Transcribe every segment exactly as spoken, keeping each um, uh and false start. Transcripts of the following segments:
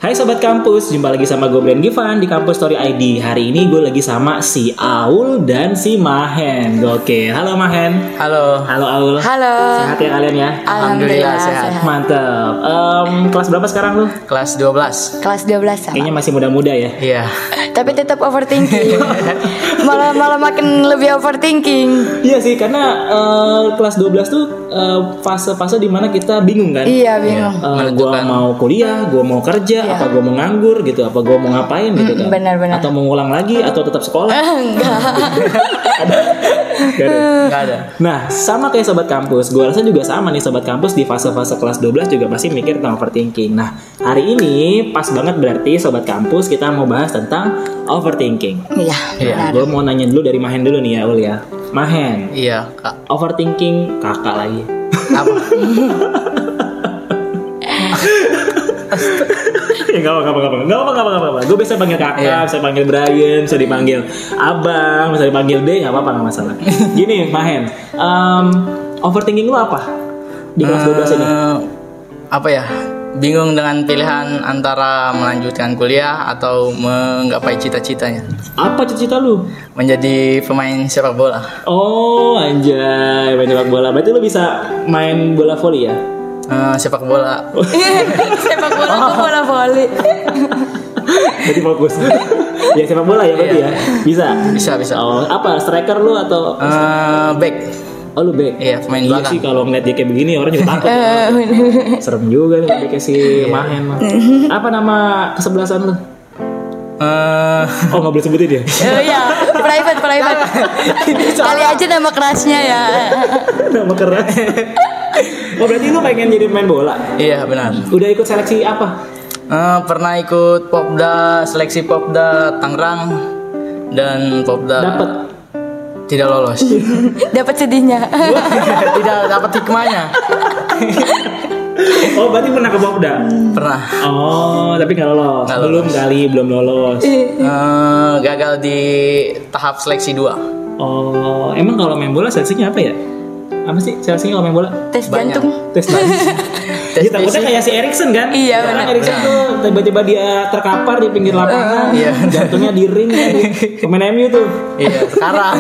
Hai Sobat Kampus, jumpa lagi sama gue Brian Givan di Kampus Story I D. Hari ini gue lagi sama si Aul dan si Mahen. Oke, halo Mahen. Halo. Halo Aul. Halo. Sehat ya kalian ya? Alhamdulillah sehat. Mantap. Um, kelas berapa sekarang lu? Kelas dua belas. Kelas dua belas sama. Kayaknya masih muda-muda ya? Iya. Tapi tetap overthinking. malah malah makin lebih overthinking. Iya sih, karena uh, kelas dua belas tuh uh, fase-fase dimana kita bingung kan? Iya, bingung. Uh, gue mau kuliah, gue mau kerja, Iya. apa gue mau nganggur gitu, apa gue mau ngapain gitu kan? Benar-benar. Atau mau ngulang lagi, atau tetap sekolah? Enggak. Gak ada. Enggak ada. Nah, sama kayak Sobat Kampus, gue rasa juga sama nih Sobat Kampus di fase-fase kelas dua belas juga pasti mikir tentang overthinking. Nah, hari ini pas banget berarti Sobat Kampus kita mau bahas tentang overthinking. Iya. Iya. benar. Gue mau nanya dulu dari Mahen dulu nih ya, Ul ya. Mahen, Iya, Kak. overthinking kakak lagi. Apa? Ya gak apa, gak apa, gak apa, gak apa, gak apa, gak apa. Gue bisa panggil kakak, Iya. bisa panggil Brian, bisa dipanggil abang, bisa dipanggil D, gak apa-apa, gak masalah. Gini, Mahen, um, overthinking lu apa di kelas dua belas ini? Eh, apa ya? Bingung dengan pilihan antara melanjutkan kuliah atau menggapai cita-citanya. Apa cita-cita lu? Menjadi pemain sepak bola. Oh, anjay, main sepak bola. Berarti lu bisa main bola voli ya? Eh, sepak bola. Sepak bola kok bola voli. Berarti fokus. Ya sepak bola ya berarti Iya. ya? Bisa? Bisa, bisa. Oh, apa? Striker lu atau? Eh, back. Oh, lu back? Iya, pemain Iya belakang. sih, kalau ngeliat dia kayak begini orang juga takut. Serem juga nih backnya si Mahen. mah. Apa nama kesebelasan lu? Eh, Oh, nggak boleh sebutin ya? Oh iya, private private. Kali aja nama kerasnya ya. Nama keras. Oh, berarti lu pengen jadi pemain bola? iya, benar. Udah ikut seleksi apa? Eh, pernah ikut Popda, seleksi Popda Tangerang dan Popda Dapet? tidak lolos. Dapat sedihnya. Tidak dapat hikmahnya. Oh, berarti pernah ke Popda? Pernah. Oh, tapi nggak lolos. Nggak Belum lolos. kali, belum lolos. Eh, gagal di tahap seleksi dua. Oh, emang kalau main bola seleksinya apa ya? Apa sih seleksinya kalau main bola? Tes Banyak. jantung. Tes Tes Ya, takutnya fisik. kayak si Erikson kan? Iya, Kan benar. Erikson tuh tiba-tiba dia terkapar di pinggir lapangan, Iya. jantungnya di ring kan. Pemain M U tuh. Iya, sekarang.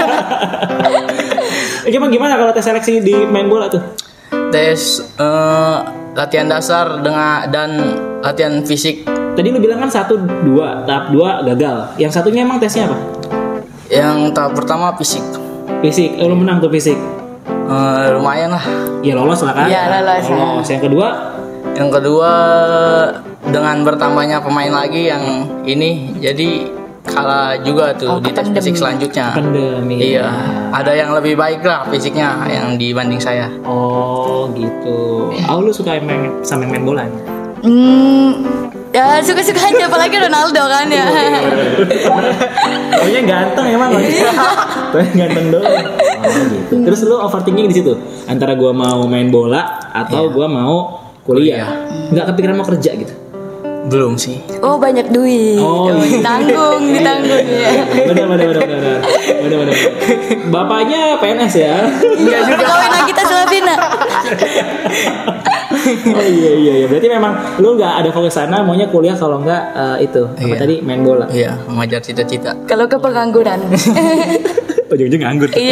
Eh, Gimana gimana kalau tes seleksi di main bola tuh? Tes eh, latihan dasar dengan dan latihan fisik. Tadi lu bilang kan satu dua tahap dua gagal. Yang satunya emang tesnya apa? Yang tahap pertama fisik. Fisik. Eh, lu menang tuh fisik. Eh, lumayan lah. Ya lolos lah kan? Iya, lolos. Lolos. Yang kedua, Yang kedua dengan bertambahnya pemain lagi yang ini jadi kalah juga tuh Oh, di tes kependem. fisik selanjutnya. Kependem, iya. Iya, ada yang lebih baik lah fisiknya yang dibanding saya. oh gitu. Oh, lu suka main sama main bola? Hmm, ya suka-suka aja apalagi Ronaldo kan ya. Pokoknya ganteng emang lagi. Pokoknya ganteng doang. Oh gitu. Terus lu overthinking di situ antara gua mau main bola atau Iya. gua mau kuliah. Nggak kepikiran mau kerja gitu. Belum sih. Oh banyak duit. Oh, Oh, iya. ditanggung, ditanggung ya. Benar benar benar benar. Benar benar. Bapaknya P N S ya. Enggak juga. Kawin lagi kita Slavina. Oh iya iya iya. Berarti memang lu nggak ada fokus sana, maunya kuliah kalau nggak eh, itu apa Iya. tadi main bola. Iya, mengajar cita-cita. Kalau ke pengangguran. Ujung-ujung nganggur. Iya.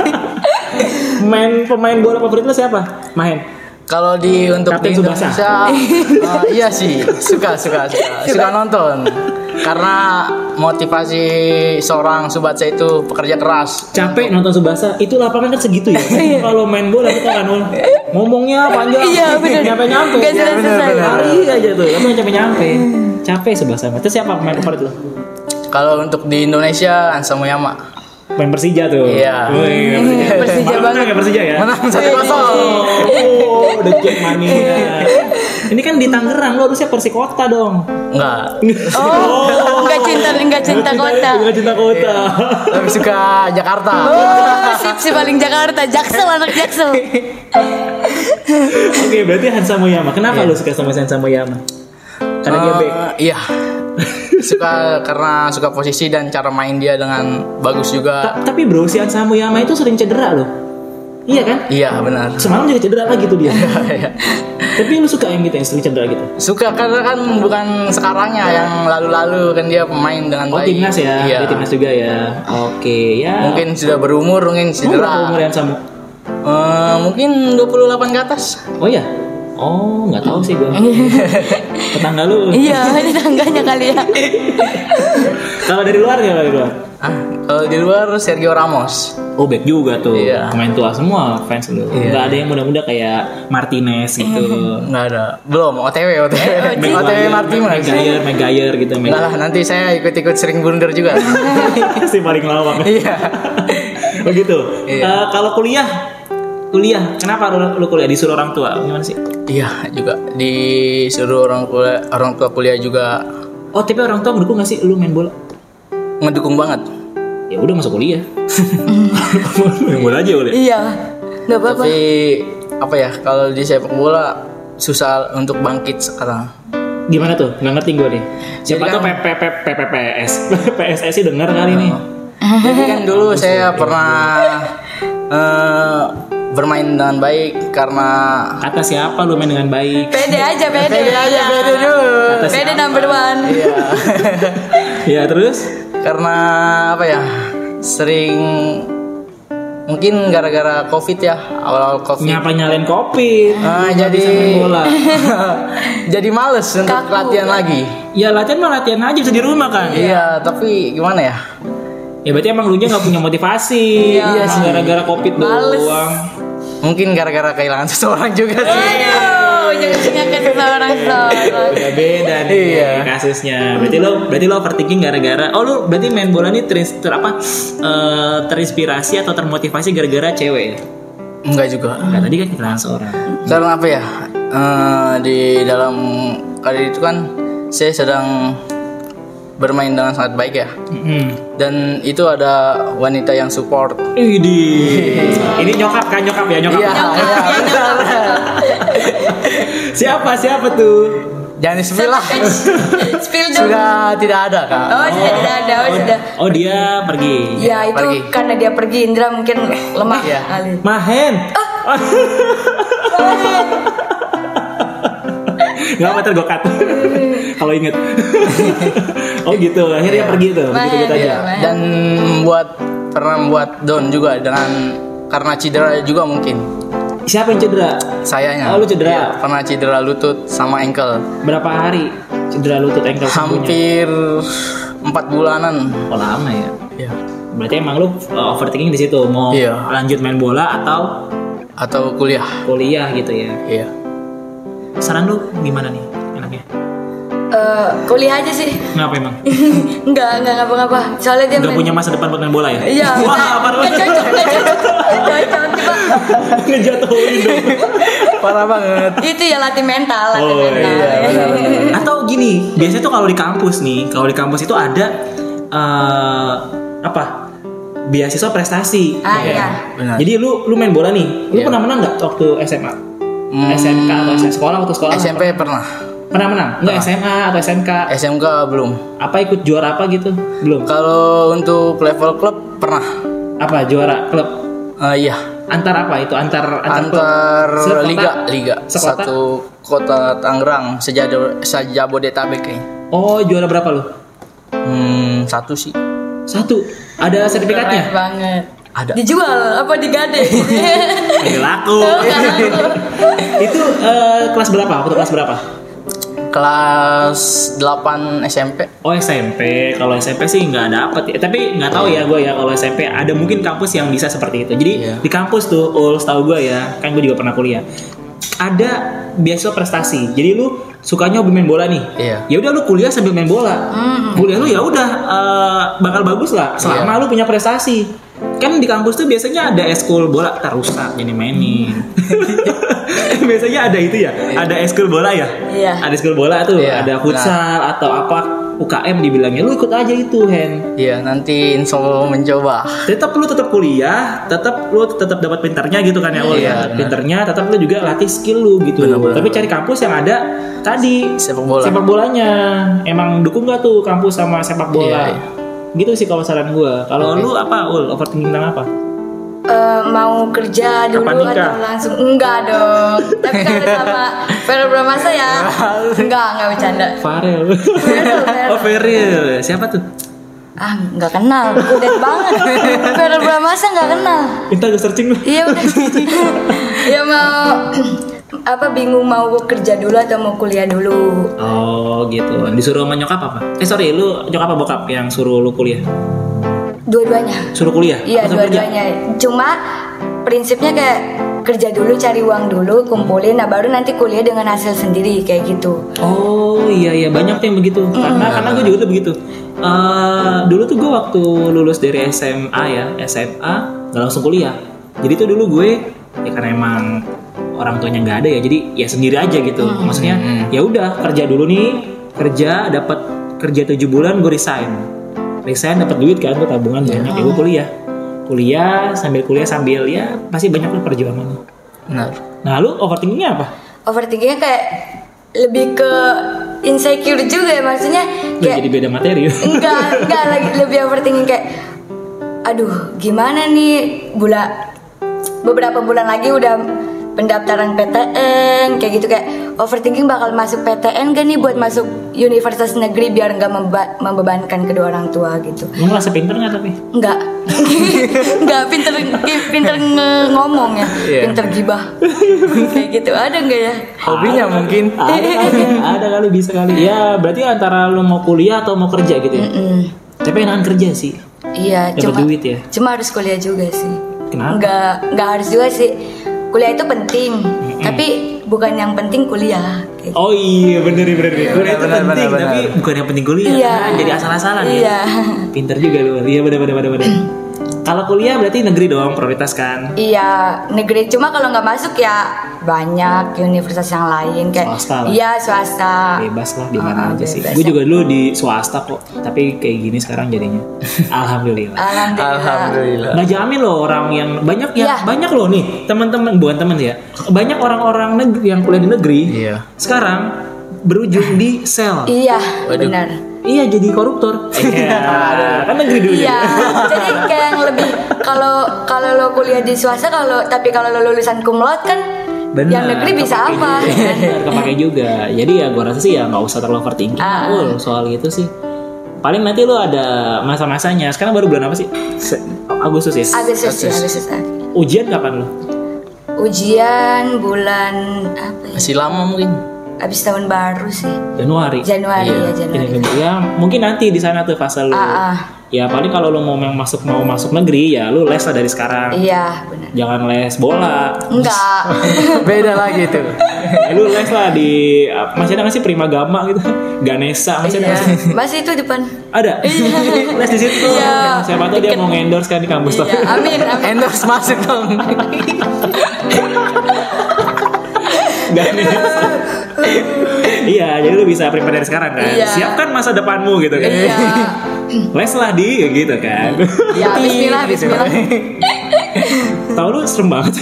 Main pemain bola favorit lu siapa? Main. Kalau di untuk Kapten di Tsubasa. Indonesia, eh, iya sih, suka suka suka suka nonton. Karena motivasi seorang Tsubasa itu pekerja keras. Capek nonton Tsubasa, itu lapangan kan segitu ya. Kalau main bola kita kan Ul, ngomongnya panjang, Iya, bener. nyampe nyampe, Nggak selesai-selesai. hari aja tuh, tapi nyampe nyampe, capek Tsubasa. Terus siapa pemain favorit lo? Kalau untuk di Indonesia, Hansa Muyama. Pemain Persija tuh. Iya. Wih, Persija. Persija Malah menang banget. ya Persija ya. Menang satu kosong. Oh, udah Jack mania. Ini kan di Tangerang, lo harusnya Persikota dong. Enggak. Oh, enggak cinta enggak cinta kota. Enggak cinta kota. Lebih suka Jakarta. Oh, sip si paling Jakarta, Jaksel anak Jaksel. Oke, berarti Hansa Muyama. Kenapa Iya. lo suka sama Hansa Muyama? Karena dia back. Eh, Iya. Suka karena suka posisi dan cara main dia dengan bagus juga. Ta- tapi bro, si Hansa Muyama itu sering cedera loh. Iya kan? Iya benar. Semalam juga cedera lagi tuh dia. Iya. Tapi lu suka yang gitu yang sering cedera gitu? Suka karena kan bukan sekarangnya, yang lalu-lalu kan dia pemain dengan Oh baik. timnas ya, Iya. dia timnas juga ya. Oke ya. Mungkin sudah berumur, mungkin Mau cedera. berapa umur yang sama? Eh, mungkin dua puluh delapan ke atas. Oh ya? Oh nggak tahu sih gue. Tetangga lu. Iya, ini tangganya kali ya. Kalau dari luar ya dari luar. Ah, kalau di luar Sergio Ramos. Oh back juga tuh. Iya. Pemain tua semua fans lu. Iya. Nggak ada yang muda-muda kayak Martinez gitu. Nggak ada. Belum, O T W, O T W. O T W Martinez. Maguire, Maguire gitu. Enggak lah, nanti saya ikut-ikut sering blunder juga. Si paling lawak. Iya. Begitu. Iya. Eh, kalau kuliah, kuliah, kenapa lu, lu kuliah disuruh orang tua? Gimana sih? Iya, juga disuruh orang kuliah, orang tua kuliah juga Oh, tapi orang tua mendukung gak sih lu main bola? ngedukung banget. Ya udah masuk kuliah. Main bola aja boleh. Iya, nggak apa-apa. Tapi apa ya, kalau di sepak bola susah untuk bangkit sekarang. Gimana tuh? Nggak ngerti gue nih. Siapa Jadi tuh kan- P P P P P S P S S sih dengar kali ini. Jadi kan dulu saya pernah eh, bermain dengan baik karena Kata siapa lu main dengan baik? Pede aja, pede. pede aja, pede dulu. Kata Pede siapa? number one. Iya. Ya terus? Karena apa ya, sering mungkin gara-gara covid ya, awal-awal covid. Ngapa nyalain kopi? Ah, Nggak jadi bisa main bola. jadi males untuk Kaku. latihan lagi. Ya latihan mah latihan aja bisa di rumah kan. Iya, tapi gimana ya? Ya berarti emang lu nya nggak punya motivasi. Iya sih. Gara-gara covid Males. doang. Mungkin gara-gara kehilangan seseorang juga sih. Aduh, jangan ke seorang seorang. Udah beda nih Iya. kasusnya. Berarti lo berarti lo overthinking gara-gara oh lu berarti main bola nih ter, ter apa eh, terinspirasi atau termotivasi gara-gara cewek ya? Enggak juga. Nah, tadi kan kehilangan seorang. Karena apa ya? Eh, di dalam kali itu kan saya sedang bermain dengan sangat baik ya. Mm-hmm. Dan itu ada wanita yang support. Widih. Ini nyokap kan nyokap ya nyokap. Iya, iya, benar. Siapa siapa tuh? Jangan di-spill lah. Spill dong. Sudah tidak ada, Kak. Oh, sudah tidak ada, oh sudah. Oh dia pergi. Ya itu Pergi. karena dia pergi, Indra mungkin lemah Iya. kali. Mahen. Gak apa ntar gue cut. Kalau inget. Oh gitu. Akhirnya dia pergi tuh. Begitu gitu aja. Mahen, Mahen. Dan buat pernah membuat down juga dengan karena cedera juga mungkin. Siapa yang cedera? Sayanya. Oh, lu cedera. Iya, pernah cedera lutut sama ankle. Berapa hari cedera lutut ankle sembuhnya? Hampir empat bulanan. Oh lama ya. Iya. Berarti emang lu uh, overthinking di situ mau Iya. lanjut main bola atau Atau kuliah. kuliah gitu ya. Iya. Saran lu gimana nih enaknya? Eh, kuliah aja sih. Kenapa emang? Enggak, enggak ngapa-ngapa. Soalnya dia Gak main- punya masa depan buat main bola ya? Iya. Wah, enggak- parah enggak banget. cocok, enggak cocok. Cocok tiba. Ngejatuhin dong. Parah banget. Itu ya latih mental, latih Oh, mental. iya, benar-benar. Atau gini, biasanya tuh kalau di kampus nih, kalau di kampus itu ada eh, apa? Beasiswa prestasi. Ah, Ya. iya. Benar. Jadi lu lu main bola nih. Lu Iya. pernah menang nggak waktu S M A? Hmm, S M K atau S M K sekolah waktu sekolah? S M P pernah. Pernah menang? Enggak S M A atau S M K? S M K belum. Apa ikut juara apa gitu? Belum. Kalau untuk level klub pernah. Apa juara klub? Eh, iya. Antar apa itu? Antar antar, klub? Antar Sekota? liga, liga. Sekota? Satu kota Tangerang, sejado sejabodetabek kayaknya. Oh, juara berapa lu? Hmm, satu sih. Satu. Ada sertifikatnya? Keren banget. Ada. Dijual apa digade? Lagi laku. Itu eh, kelas berapa? Waktu kelas berapa? Kelas delapan S M P. Oh S M P. Kalau S M P sih nggak dapet ya. Tapi nggak tahu ya gue ya kalau S M P ada mungkin kampus yang bisa seperti itu. Jadi Iya. di kampus tuh, ul setahu gue ya, kan gue juga pernah kuliah. Ada beasiswa prestasi. Jadi lu sukanya hobi main bola nih. Iya. Ya udah lu kuliah sambil main bola. Kuliah lu ya udah eh, bakal bagus lah selama Iya. lu punya prestasi. Kan di kampus tuh biasanya ada eskul bola, tak rusak jadi mainin. Biasanya ada itu ya, ada eskul bola ya. Iya. Ada eskul bola tuh, Iya, ada futsal atau apa U K M dibilangnya. Lu ikut aja itu, Hen. Iya, nanti insya Allah mencoba. Tetap lu tetap kuliah, tetap lu tetap dapat pinternya gitu kan ya, Ul. Iya, ya. benar. Pinternya, tetap lu juga latih skill lu gitu. Benar-benar. Tapi cari kampus yang ada tadi Sepak bola. sepak bolanya. Emang dukung gak tuh kampus sama sepak bola? Iya, iya. Gitu sih kalau saran gua. Kalau Oke. lu apa, Ul? Overthinking tentang apa? eh, mau kerja dulu Kapan nikah? atau langsung enggak dong. Tapi kalau sama Farel Bramasta ya enggak, enggak bercanda. Farel. Farel, Farel. Oh Farel. Siapa tuh? Ah, enggak kenal. Udah banget. Farel Bramasta enggak kenal. Minta gue searching lu. Iya udah. Ya mau apa bingung mau kerja dulu atau mau kuliah dulu. Oh gitu. Disuruh sama nyokap apa? Eh sorry, lu nyokap apa bokap yang suruh lu kuliah? Dua-duanya. Suruh kuliah? Iya, Apa suruh kerja? dua-duanya. Cuma prinsipnya kayak kerja dulu, cari uang dulu, kumpulin, nah baru nanti kuliah dengan hasil sendiri kayak gitu. Oh iya iya banyak tuh yang begitu. Karena karena gue juga tuh begitu. Eh, dulu tuh gue waktu lulus dari S M A ya, S M A nggak langsung kuliah. Jadi tuh dulu gue ya karena emang orang tuanya nggak ada ya, jadi ya sendiri aja gitu. Maksudnya ya udah kerja dulu nih, kerja dapat kerja tujuh bulan gue resign. Resign dapat duit kan, gue tabungan banyak, ya gue kuliah. Kuliah sambil kuliah sambil ya pasti banyak tuh perjuangannya. Benar. Nah lu overthinkingnya apa? Overthinkingnya kayak lebih ke insecure juga ya, maksudnya Lu kayak jadi beda materi. enggak enggak lagi lebih overthinking kayak aduh gimana nih bulan beberapa bulan lagi udah pendaftaran P T N kayak gitu, kayak overthinking bakal masuk P T N gak nih buat masuk universitas negeri biar nggak memba- membebankan kedua orang tua gitu. Lu ngerasa pinter nggak tapi? Enggak. Enggak pinter pinter nge- ngomong ya, Iya. pinter gibah. Kayak gitu ada enggak ya? Hobinya mungkin. Ada kali, ada kali bisa kali. Ya berarti antara lu mau kuliah atau mau kerja gitu ya. Mm. Tapi enakan kerja sih. Iya, Dapat cuma duit ya? cuma harus kuliah juga sih. Kenapa? Enggak, enggak harus juga sih. Kuliah itu penting, tapi bukan yang penting kuliah. Kayak Oh iya bener bener bener. Kuliah itu benar, penting benar, tapi benar. bukan yang penting kuliah. Iya. Nah, jadi asal-asalan Iya. ya. Pinter juga lu. Iya bener bener bener bener. Kalau kuliah berarti negeri dong prioritas kan. Iya, negeri, cuma kalau nggak masuk ya banyak universitas yang lain kayak Swasta lah. iya swasta. Bebas lah di mana Ah, aja sih. bebas Gue ya. juga dulu di swasta kok. Tapi kayak gini sekarang jadinya. Alhamdulillah. Alhamdulillah. Alhamdulillah. Nggak jamin loh orang yang banyak ya Iya. banyak loh nih teman-teman bukan teman ya banyak orang-orang negeri yang kuliah di negeri Iya. sekarang berujung di sel. Iya, Waduh. benar. Iya jadi koruptor. Iya kan negeri dulu. Iya, ya. jadi kayak yang lebih kalau kalau lo kuliah di swasta kalau tapi kalau lo lulusan cum laude kan Bener, yang negeri bisa kepake apa? juga. Bener, kepake juga. Jadi ya gue rasa sih ya nggak usah terlalu overthinking Ah. Ul, soal itu sih. Paling nanti lo ada masa-masanya. Sekarang baru bulan apa sih? Se- Agustus ya. Agustus ya, Agustus. Ujian kapan lo? Ujian bulan apa ya? Masih lama mungkin. Abis tahun baru sih. Januari. Januari Iya. ya, Januari. Ini- Ya mungkin nanti di sana tuh fase lu. Ah, ah. Ya paling kalau lu mau yang masuk mau masuk negeri ya lu les lah dari sekarang. Iya, benar. Jangan les bola. Enggak. Beda lagi tuh. Ya, lu les lah di masih ada nggak sih Primagama gitu? Ganesha masih ada Iya. nggak sih? Masih itu depan. Ada. Les di situ. Iya. Siapa tahu dia mau endorse kan di kampus tuh. Iya, amin, amin. Endorse masuk dong. Ganesha. Iya, jadi lu bisa prepare dari sekarang kan. Iya. Siapkan masa depanmu gitu kan. Iya. Les lah di gitu kan. Ya, bismillah, bismillah. Tahu lu serem banget.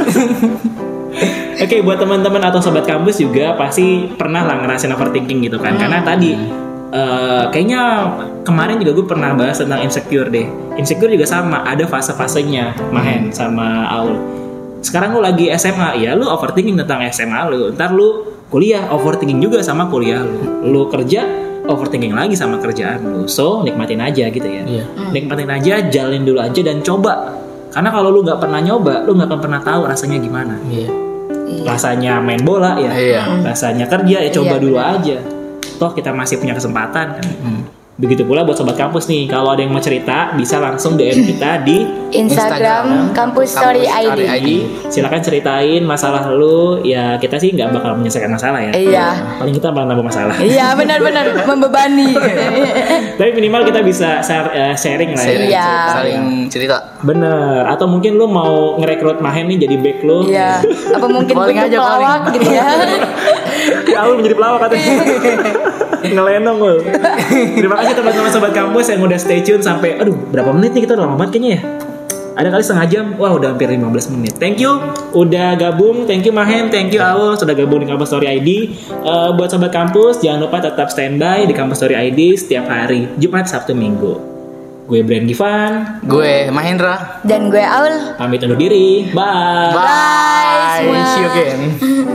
Oke, buat teman-teman atau sobat kampus juga pasti pernah lah ngerasain overthinking gitu kan. Karena tadi eh, kayaknya kemarin juga gue pernah bahas tentang insecure deh. Insecure juga sama, ada fase-fasenya, Mahen sama Aul. Sekarang lu lagi S M A, ya lu overthinking tentang S M A lu. Ntar lu kuliah, overthinking juga sama kuliah lu. Lu kerja, overthinking lagi sama kerjaan lu. So, nikmatin aja gitu ya. Iya. Nikmatin aja, jalin dulu aja dan coba. Karena kalau lu nggak pernah nyoba, lu nggak akan pernah tahu rasanya gimana. Iya. Rasanya main bola ya, Iya. rasanya kerja ya coba Iya, dulu benar. aja. Toh kita masih punya kesempatan kan. Begitu pula buat sobat kampus nih, kalau ada yang mau cerita bisa langsung D M kita di Instagram Kampus Story I D. I D. silakan ceritain masalah lu. Ya kita sih nggak bakal menyelesaikan masalah ya. Iya. Paling kita bakal nambah masalah. Iya, benar-benar membebani. Tapi minimal kita bisa share- eh, sharing lah ya. Sharing, Iya. saling cerita. Bener. Atau mungkin lu mau ngerekrut Mahen nih jadi back lu. Iya. Apa mungkin Calling butuh aja, pelawak gitu ya? Ya lu menjadi pelawak katanya. Ngelenong lu. Terima kasih teman-teman sobat kampus yang udah stay tune sampai aduh berapa menit nih, kita udah lama banget kayaknya ya. Ada kali setengah jam. Wah udah hampir lima belas menit. Thank you udah gabung. Thank you Mahen, thank you Aul sudah gabung di Kampus Story I D. Eh, buat sobat kampus jangan lupa tetap standby di Kampus Story I D setiap hari Jumat, Sabtu, Minggu. Gue Brian Givan. Gue Mahendra. Dan gue Aul. Pamit undur diri. Bye. Bye. semua. See you again.